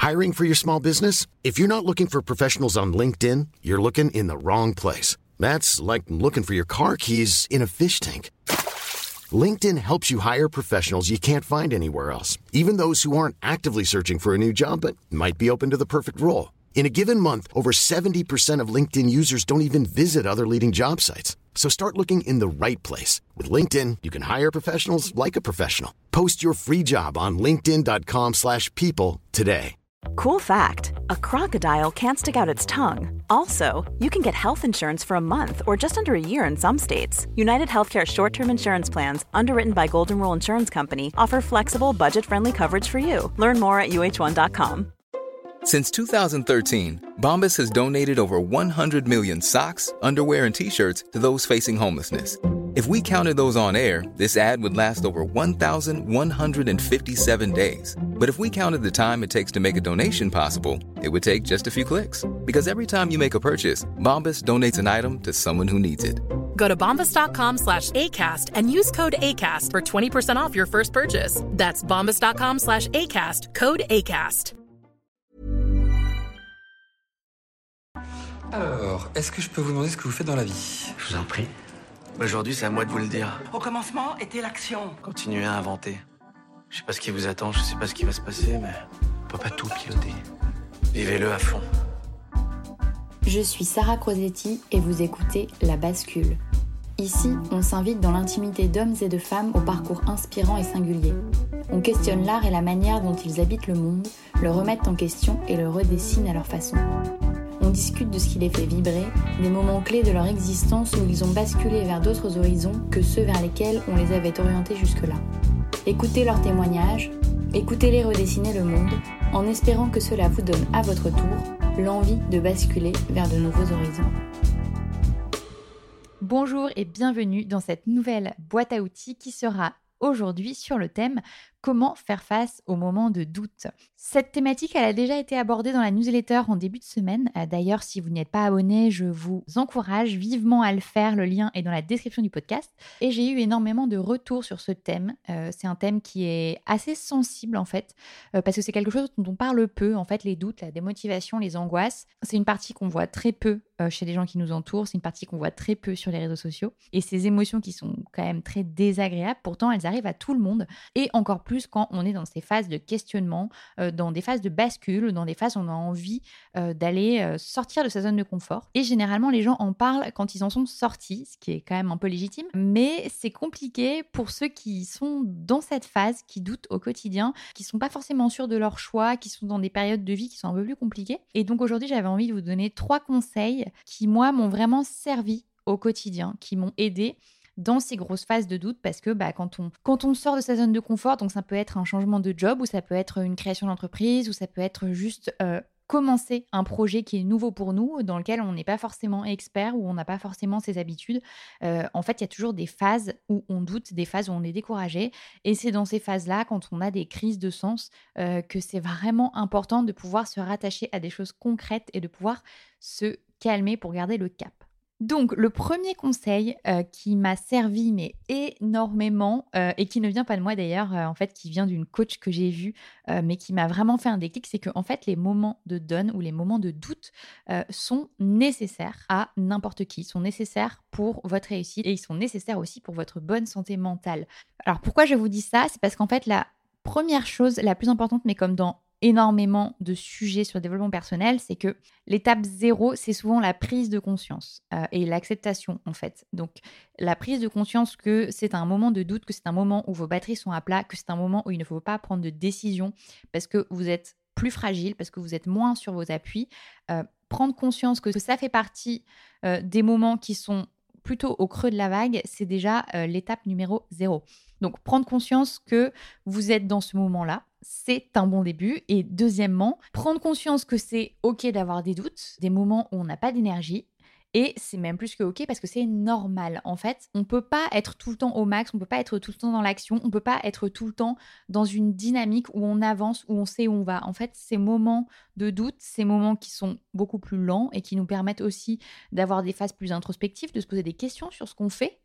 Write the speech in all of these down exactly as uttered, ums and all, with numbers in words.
Hiring for your small business? If you're not looking for professionals on LinkedIn, you're looking in the wrong place. That's like looking for your car keys in a fish tank. LinkedIn helps you hire professionals you can't find anywhere else, even those who aren't actively searching for a new job but might be open to the perfect role. In a given month, over seventy percent of LinkedIn users don't even visit other leading job sites. So start looking in the right place. With LinkedIn, you can hire professionals like a professional. Post your free job on linkedin.com slash people today. Cool fact, a crocodile can't stick out its tongue. Also, you can get health insurance for a month or just under a year in some states. United Healthcare short-term insurance plans, underwritten by Golden Rule Insurance Company, offer flexible, budget-friendly coverage for you. Learn more at U H one dot com. Since two thousand thirteen, Bombas has donated over one hundred million socks, underwear, and T-shirts to those facing homelessness. If we counted those on air, this ad would last over one thousand one hundred fifty-seven days. But if we counted the time it takes to make a donation possible, it would take just a few clicks. Because every time you make a purchase, Bombas donates an item to someone who needs it. Go to bombas.com slash ACAST and use code ACAST for twenty percent off your first purchase. That's bombas.com slash ACAST, code ACAST. Alors, est-ce que je peux vous demander ce que vous faites dans la vie ? Je vous en prie. Aujourd'hui, c'est à moi de vous le dire. Au commencement était l'action. Continuez à inventer. Je sais pas ce qui vous attend, je sais pas ce qui va se passer, mais on peut pas tout piloter. Vivez-le à fond. Je suis Sarah Crosetti et vous écoutez La Bascule. Ici, on s'invite dans l'intimité d'hommes et de femmes au parcours inspirant et singulier. On questionne l'art et la manière dont ils habitent le monde, le remettent en question et le redessinent à leur façon. On discute de ce qui les fait vibrer, des moments clés de leur existence où ils ont basculé vers d'autres horizons que ceux vers lesquels on les avait orientés jusque-là. Écoutez leurs témoignages, écoutez-les redessiner le monde, en espérant que cela vous donne à votre tour l'envie de basculer vers de nouveaux horizons. Bonjour et bienvenue dans cette nouvelle boîte à outils qui sera aujourd'hui sur le thème « Comment faire face aux moments de doute ?» Cette thématique, elle a déjà été abordée dans la newsletter en début de semaine. D'ailleurs, si vous n'y êtes pas abonné, je vous encourage vivement à le faire. Le lien est dans la description du podcast. Et j'ai eu énormément de retours sur ce thème. Euh, c'est un thème qui est assez sensible en fait, euh, parce que c'est quelque chose dont on parle peu. En fait, les doutes, la démotivation, les angoisses, c'est une partie qu'on voit très peu euh, chez les gens qui nous entourent. C'est une partie qu'on voit très peu sur les réseaux sociaux. Et ces émotions qui sont quand même très désagréables, pourtant elles arrivent à tout le monde. Et encore plus quand on est dans ces phases de questionnement, euh, dans des phases de bascule, dans des phases où on a envie euh, d'aller euh, sortir de sa zone de confort. Et généralement, les gens en parlent quand ils en sont sortis, ce qui est quand même un peu légitime. Mais c'est compliqué pour ceux qui sont dans cette phase, qui doutent au quotidien, qui ne sont pas forcément sûrs de leur choix, qui sont dans des périodes de vie qui sont un peu plus compliquées. Et donc aujourd'hui, j'avais envie de vous donner trois conseils qui, moi, m'ont vraiment servi au quotidien, qui m'ont aidé dans ces grosses phases de doute, parce que bah, quand, on, quand on sort de sa zone de confort, donc ça peut être un changement de job, ou ça peut être une création d'entreprise, ou ça peut être juste euh, commencer un projet qui est nouveau pour nous, dans lequel on n'est pas forcément expert, ou on n'a pas forcément ses habitudes. Euh, en fait, il y a toujours des phases où on doute, des phases où on est découragé, et c'est dans ces phases-là, quand on a des crises de sens, euh, que c'est vraiment important de pouvoir se rattacher à des choses concrètes et de pouvoir se calmer pour garder le cap. Donc, le premier conseil euh, qui m'a servi mais énormément euh, et qui ne vient pas de moi d'ailleurs, euh, en fait, qui vient d'une coach que j'ai vue, euh, mais qui m'a vraiment fait un déclic, c'est que en fait, les moments de down ou les moments de doute euh, sont nécessaires à n'importe qui, sont nécessaires pour votre réussite et ils sont nécessaires aussi pour votre bonne santé mentale. Alors, pourquoi je vous dis ça ? C'est parce qu'en fait, la première chose, la plus importante, mais comme dans énormément de sujets sur le développement personnel, c'est que l'étape zéro, c'est souvent la prise de conscience euh, et l'acceptation en fait. Donc la prise de conscience que c'est un moment de doute, que c'est un moment où vos batteries sont à plat, que c'est un moment où il ne faut pas prendre de décision parce que vous êtes plus fragile, parce que vous êtes moins sur vos appuis. Euh, prendre conscience que ça fait partie euh, des moments qui sont plutôt au creux de la vague, c'est déjà euh, l'étape numéro zéro. Donc prendre conscience que vous êtes dans ce moment-là, c'est un bon début. Et deuxièmement, prendre conscience que c'est OK d'avoir des doutes, des moments où on n'a pas d'énergie. Et c'est même plus que OK parce que c'est normal. En fait, on ne peut pas être tout le temps au max, on ne peut pas être tout le temps dans l'action, on ne peut pas être tout le temps dans une dynamique où on avance, où on sait où on va. En fait, ces moments de doute, ces moments qui sont beaucoup plus lents et qui nous permettent aussi d'avoir des phases plus introspectives, de se poser des questions sur ce qu'on fait,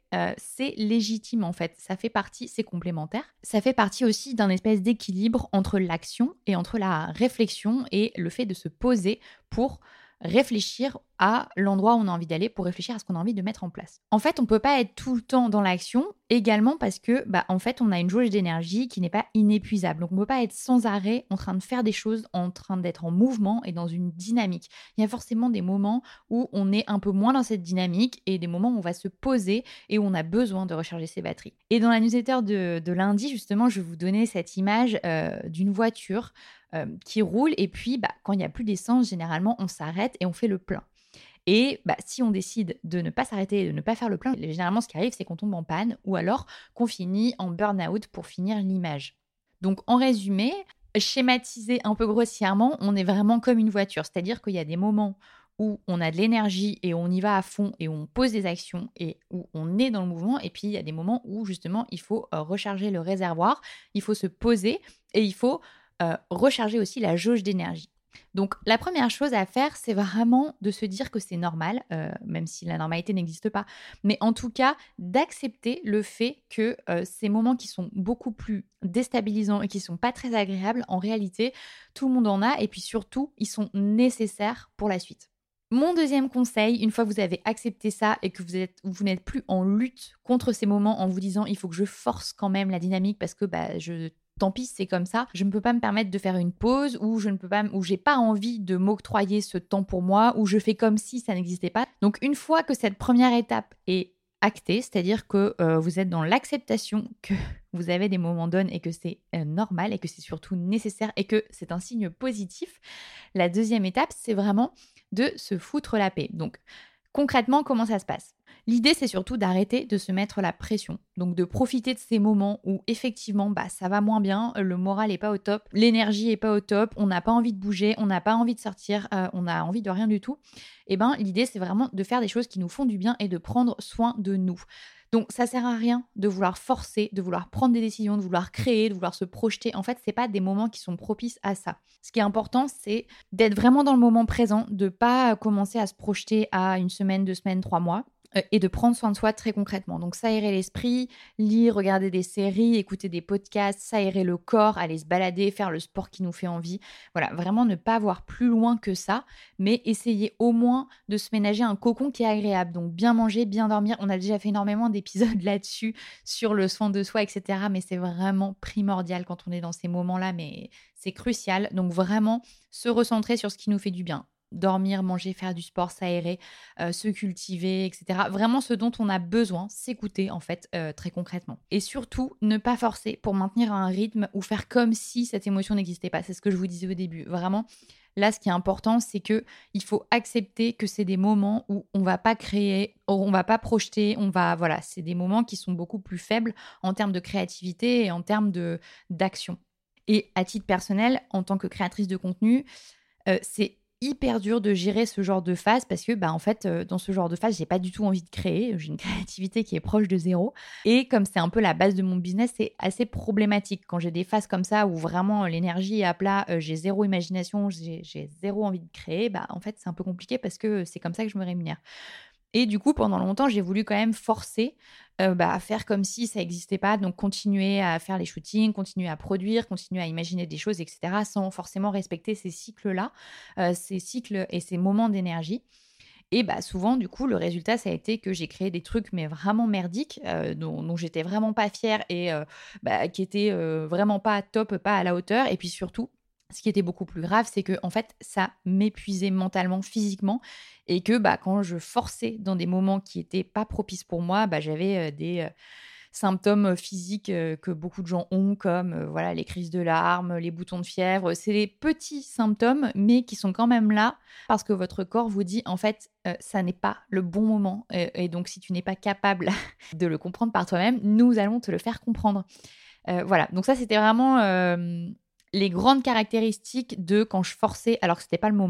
euh, c'est légitime en fait. Ça fait partie, c'est complémentaire. Ça fait partie aussi d'un espèce d'équilibre entre l'action et entre la réflexion et le fait de se poser pour réfléchir à l'endroit où on a envie d'aller, pour réfléchir à ce qu'on a envie de mettre en place. En fait, on ne peut pas être tout le temps dans l'action, également parce que, bah, en fait, on a une jauge d'énergie qui n'est pas inépuisable. Donc, on ne peut pas être sans arrêt en train de faire des choses, en train d'être en mouvement et dans une dynamique. Il y a forcément des moments où on est un peu moins dans cette dynamique et des moments où on va se poser et où on a besoin de recharger ses batteries. Et dans la newsletter de, de lundi, justement, je vais vous donner cette image euh, d'une voiture euh, qui roule et puis, bah, quand il n'y a plus d'essence, généralement, on s'arrête et on fait le plein. Et bah, si on décide de ne pas s'arrêter et de ne pas faire le plein, généralement, ce qui arrive, c'est qu'on tombe en panne ou alors qu'on finit en burn-out pour finir l'image. Donc, en résumé, schématisé un peu grossièrement, on est vraiment comme une voiture. C'est-à-dire qu'il y a des moments où on a de l'énergie et on y va à fond et on pose des actions et où on est dans le mouvement. Et puis, il y a des moments où, justement, il faut euh, recharger le réservoir, il faut se poser et il faut euh, recharger aussi la jauge d'énergie. Donc, la première chose à faire, c'est vraiment de se dire que c'est normal, euh, même si la normalité n'existe pas, mais en tout cas, d'accepter le fait que euh, ces moments qui sont beaucoup plus déstabilisants et qui ne sont pas très agréables, en réalité, tout le monde en a et puis surtout, ils sont nécessaires pour la suite. Mon deuxième conseil, une fois que vous avez accepté ça et que vous, êtes, vous n'êtes plus en lutte contre ces moments en vous disant « il faut que je force quand même la dynamique parce que bah, je... » Tant pis, c'est comme ça. Je ne peux pas me permettre de faire une pause ou je ne peux pas, ou j'ai pas envie de m'octroyer ce temps pour moi ou je fais comme si ça n'existait pas. Donc, une fois que cette première étape est actée, c'est-à-dire que euh, vous êtes dans l'acceptation que vous avez des moments d'on et que c'est euh, normal et que c'est surtout nécessaire et que c'est un signe positif, la deuxième étape, c'est vraiment de se foutre la paix. Donc, concrètement, comment ça se passe ? L'idée, c'est surtout d'arrêter de se mettre la pression. Donc, de profiter de ces moments où, effectivement, bah, ça va moins bien, le moral n'est pas au top, l'énergie n'est pas au top, on n'a pas envie de bouger, on n'a pas envie de sortir, euh, on n'a envie de rien du tout. Et ben, l'idée, c'est vraiment de faire des choses qui nous font du bien et de prendre soin de nous. Donc, ça sert à rien de vouloir forcer, de vouloir prendre des décisions, de vouloir créer, de vouloir se projeter. En fait, c'est pas des moments qui sont propices à ça. Ce qui est important, c'est d'être vraiment dans le moment présent, de pas commencer à se projeter à une semaine, deux semaines, trois mois. Et de prendre soin de soi très concrètement. Donc, s'aérer l'esprit, lire, regarder des séries, écouter des podcasts, s'aérer le corps, aller se balader, faire le sport qui nous fait envie. Voilà, vraiment ne pas voir plus loin que ça, mais essayer au moins de se ménager un cocon qui est agréable. Donc, bien manger, bien dormir. On a déjà fait énormément d'épisodes là-dessus, sur le soin de soi, et cetera. Mais c'est vraiment primordial quand on est dans ces moments-là, mais c'est crucial. Donc, vraiment se recentrer sur ce qui nous fait du bien. Dormir, manger, faire du sport, s'aérer, euh, se cultiver, et cetera. Vraiment ce dont on a besoin, s'écouter en fait euh, très concrètement. Et surtout, ne pas forcer pour maintenir un rythme ou faire comme si cette émotion n'existait pas. C'est ce que je vous disais au début. Vraiment, là, ce qui est important, c'est que il faut accepter que c'est des moments où on va pas créer, on va pas projeter, on va, voilà, c'est des moments qui sont beaucoup plus faibles en termes de créativité et en termes de, d'action. Et à titre personnel, en tant que créatrice de contenu, euh, c'est hyper dur de gérer ce genre de phase parce que bah en fait euh, dans ce genre de phase j'ai pas du tout envie de créer, j'ai une créativité qui est proche de zéro et comme c'est un peu la base de mon business, c'est assez problématique quand j'ai des phases comme ça où vraiment euh, l'énergie est à plat, euh, j'ai zéro imagination, j'ai, j'ai zéro envie de créer, bah en fait c'est un peu compliqué parce que c'est comme ça que je me rémunère. Et du coup, pendant longtemps, j'ai voulu quand même forcer euh, bah, à faire comme si ça n'existait pas. Donc, continuer à faire les shootings, continuer à produire, continuer à imaginer des choses, et cetera, sans forcément respecter ces cycles-là, euh, ces cycles et ces moments d'énergie. Et bah, souvent, du coup, le résultat, ça a été que j'ai créé des trucs, mais vraiment merdiques, euh, dont, dont j'étais vraiment pas fière et euh, bah, qui étaient euh, vraiment pas top, pas à la hauteur. Et puis surtout, ce qui était beaucoup plus grave, c'est que en fait, ça m'épuisait mentalement, physiquement, et que bah, quand je forçais dans des moments qui n'étaient pas propices pour moi, bah, j'avais euh, des euh, symptômes physiques euh, que beaucoup de gens ont, comme euh, voilà, les crises de larmes, les boutons de fièvre. C'est des petits symptômes, mais qui sont quand même là parce que votre corps vous dit en fait, euh, ça n'est pas le bon moment. Et, et donc, si tu n'es pas capable de le comprendre par toi-même, nous allons te le faire comprendre. Euh, voilà, donc ça, c'était vraiment... Euh, les grandes caractéristiques de quand je forçais alors que c'était pas le moment.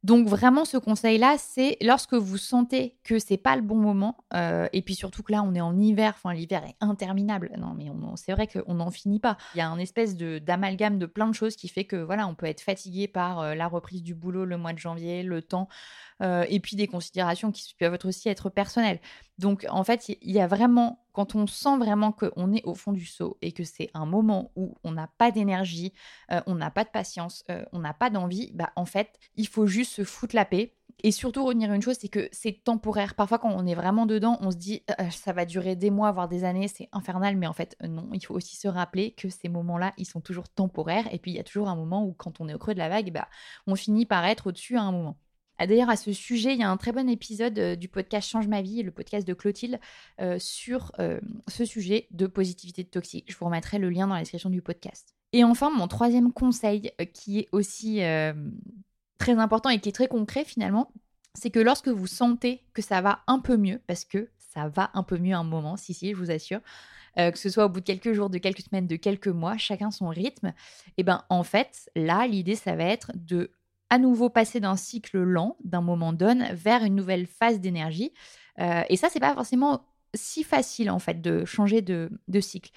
Donc vraiment, ce conseil-là, c'est lorsque vous sentez que c'est pas le bon moment, euh, et puis surtout que là, on est en hiver, enfin l'hiver est interminable. Non, mais on, c'est vrai qu'on n'en finit pas. Il y a un espèce de, d'amalgame de plein de choses qui fait que voilà, on peut être fatigué par euh, la reprise du boulot le mois de janvier, le temps, euh, et puis des considérations qui peuvent aussi être personnelles. Donc en fait, il y a vraiment, quand on sent vraiment qu'on est au fond du seau et que c'est un moment où on n'a pas d'énergie, euh, on n'a pas de patience, euh, on n'a pas d'envie, bah en fait, il faut juste se foutre la paix. Et surtout retenir une chose, c'est que c'est temporaire. Parfois, quand on est vraiment dedans, on se dit euh, ça va durer des mois, voire des années, c'est infernal. Mais en fait, euh, non, il faut aussi se rappeler que ces moments-là, ils sont toujours temporaires. Et puis, il y a toujours un moment où, quand on est au creux de la vague, bah, on finit par être au-dessus à un moment. D'ailleurs, à ce sujet, il y a un très bon épisode euh, du podcast Change ma vie, le podcast de Clotilde, euh, sur euh, ce sujet de positivité toxique. Je vous remettrai le lien dans la description du podcast. Et enfin, mon troisième conseil, euh, qui est aussi euh, très important et qui est très concret finalement, c'est que lorsque vous sentez que ça va un peu mieux, parce que ça va un peu mieux à un moment, si, si, je vous assure, euh, que ce soit au bout de quelques jours, de quelques semaines, de quelques mois, chacun son rythme, et bien en fait, là, l'idée, ça va être de à nouveau passer d'un cycle lent, d'un moment donne, vers une nouvelle phase d'énergie. Euh, et ça, c'est pas forcément si facile, en fait, de changer de, de cycle.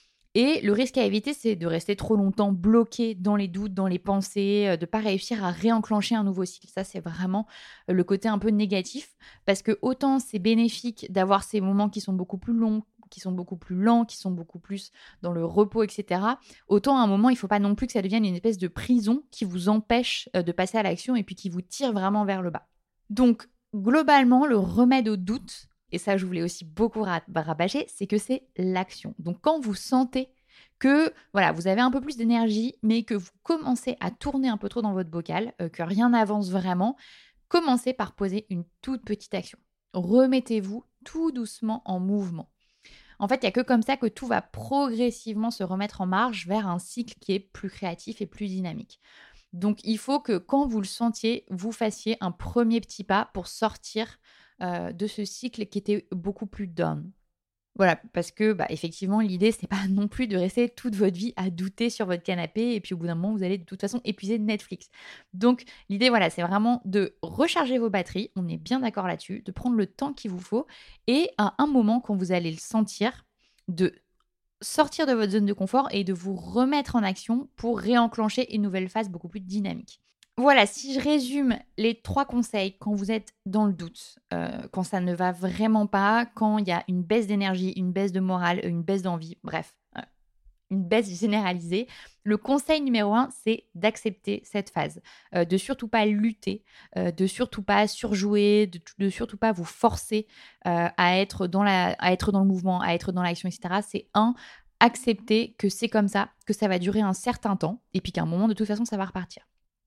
Et le risque à éviter, c'est de rester trop longtemps bloqué dans les doutes, dans les pensées, de ne pas réussir à réenclencher un nouveau cycle. Ça, c'est vraiment le côté un peu négatif, parce que autant c'est bénéfique d'avoir ces moments qui sont beaucoup plus longs, qui sont beaucoup plus lents, qui sont beaucoup plus dans le repos, et cetera. Autant à un moment, il ne faut pas non plus que ça devienne une espèce de prison qui vous empêche de passer à l'action et puis qui vous tire vraiment vers le bas. Donc, globalement, le remède au doute, et ça, je voulais aussi beaucoup rabâcher, c'est que c'est l'action. Donc, quand vous sentez que voilà, vous avez un peu plus d'énergie, mais que vous commencez à tourner un peu trop dans votre bocal, euh, que rien n'avance vraiment, commencez par poser une toute petite action. Remettez-vous tout doucement en mouvement. En fait, il n'y a que comme ça que tout va progressivement se remettre en marche vers un cycle qui est plus créatif et plus dynamique. Donc, il faut que quand vous le sentiez, vous fassiez un premier petit pas pour sortir euh, de ce cycle qui était beaucoup plus down. Voilà, parce que bah, effectivement, l'idée, c'est pas non plus de rester toute votre vie à douter sur votre canapé et puis au bout d'un moment, vous allez de toute façon épuiser Netflix. Donc, l'idée, voilà, c'est vraiment de recharger vos batteries, on est bien d'accord là-dessus, de prendre le temps qu'il vous faut et à un moment, quand vous allez le sentir, de sortir de votre zone de confort et de vous remettre en action pour réenclencher une nouvelle phase beaucoup plus dynamique. Voilà, si je résume les trois conseils quand vous êtes dans le doute, euh, quand ça ne va vraiment pas, quand il y a une baisse d'énergie, une baisse de morale, une baisse d'envie, bref, euh, une baisse généralisée, le conseil numéro un, c'est d'accepter cette phase, euh, de surtout pas lutter, euh, de surtout pas surjouer, de, de surtout pas vous forcer euh, à, être dans la, à être dans le mouvement, à être dans l'action, et cetera. C'est un, accepter que c'est comme ça, que ça va durer un certain temps et puis qu'à un moment, de toute façon, ça va repartir.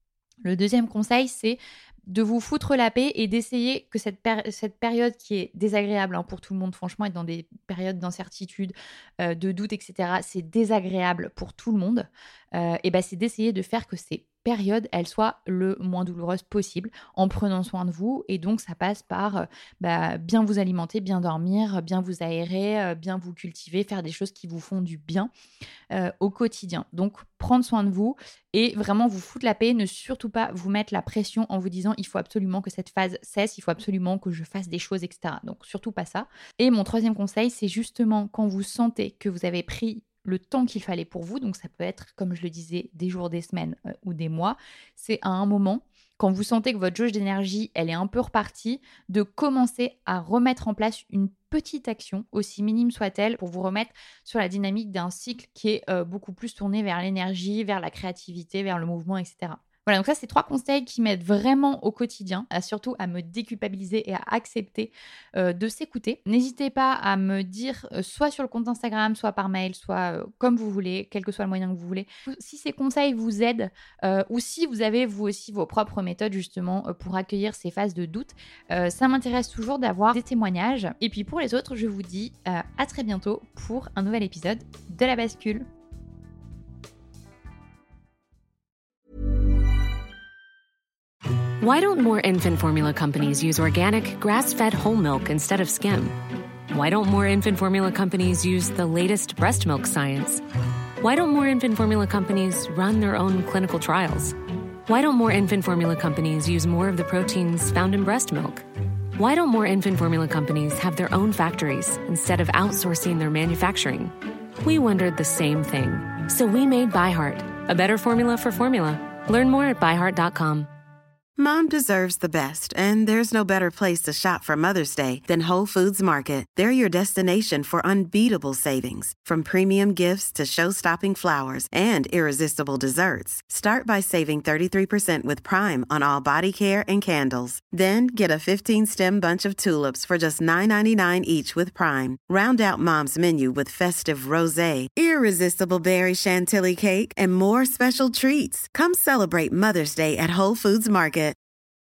Le deuxième conseil, c'est de vous foutre la paix et d'essayer que cette, péri- cette période qui est désagréable hein, pour tout le monde, franchement, être dans des périodes d'incertitude, euh, de doute, et cetera, c'est désagréable pour tout le monde. Euh, et ben, c'est d'essayer de faire que ces périodes, elles soient le moins douloureuses possible en prenant soin de vous. Et donc, ça passe par euh, bah, bien vous alimenter, bien dormir, bien vous aérer, euh, bien vous cultiver, faire des choses qui vous font du bien euh, au quotidien. Donc, prendre soin de vous et vraiment vous foutre la paix, ne surtout pas vous mettre la pression en vous disant il faut absolument que cette phase cesse, il faut absolument que je fasse des choses, et cetera. Donc, surtout pas ça. Et mon troisième conseil, c'est justement quand vous sentez que vous avez pris le temps qu'il fallait pour vous, donc ça peut être, comme je le disais, des jours, des semaines euh, ou des mois, c'est à un moment, quand vous sentez que votre jauge d'énergie, elle est un peu repartie, de commencer à remettre en place une petite action, aussi minime soit-elle, pour vous remettre sur la dynamique d'un cycle qui est euh, beaucoup plus tourné vers l'énergie, vers la créativité, vers le mouvement, et cetera. Voilà, donc ça, c'est trois conseils qui m'aident vraiment au quotidien, à surtout à me déculpabiliser et à accepter euh, de s'écouter. N'hésitez pas à me dire, euh, soit sur le compte Instagram, soit par mail, soit euh, comme vous voulez, quel que soit le moyen que vous voulez, si ces conseils vous aident euh, ou si vous avez vous aussi vos propres méthodes justement euh, pour accueillir ces phases de doute. Euh, ça m'intéresse toujours d'avoir des témoignages. Et puis pour les autres, je vous dis euh, à très bientôt pour un nouvel épisode de La Bascule. Why don't more infant formula companies use organic, grass-fed whole milk instead of skim? Why don't more infant formula companies use the latest breast milk science? Why don't more infant formula companies run their own clinical trials? Why don't more infant formula companies use more of the proteins found in breast milk? Why don't more infant formula companies have their own factories instead of outsourcing their manufacturing? We wondered the same thing. So we made ByHeart, a better formula for formula. Learn more at by heart dot com. Mom deserves the best, and there's no better place to shop for Mother's Day than Whole Foods Market. They're your destination for unbeatable savings, from premium gifts to show-stopping flowers and irresistible desserts. Start by saving thirty-three percent with Prime on all body care and candles. Then get a fifteen-stem bunch of tulips for just nine ninety-nine each with Prime. Round out Mom's menu with festive rosé, irresistible berry chantilly cake, and more special treats. Come celebrate Mother's Day at Whole Foods Market.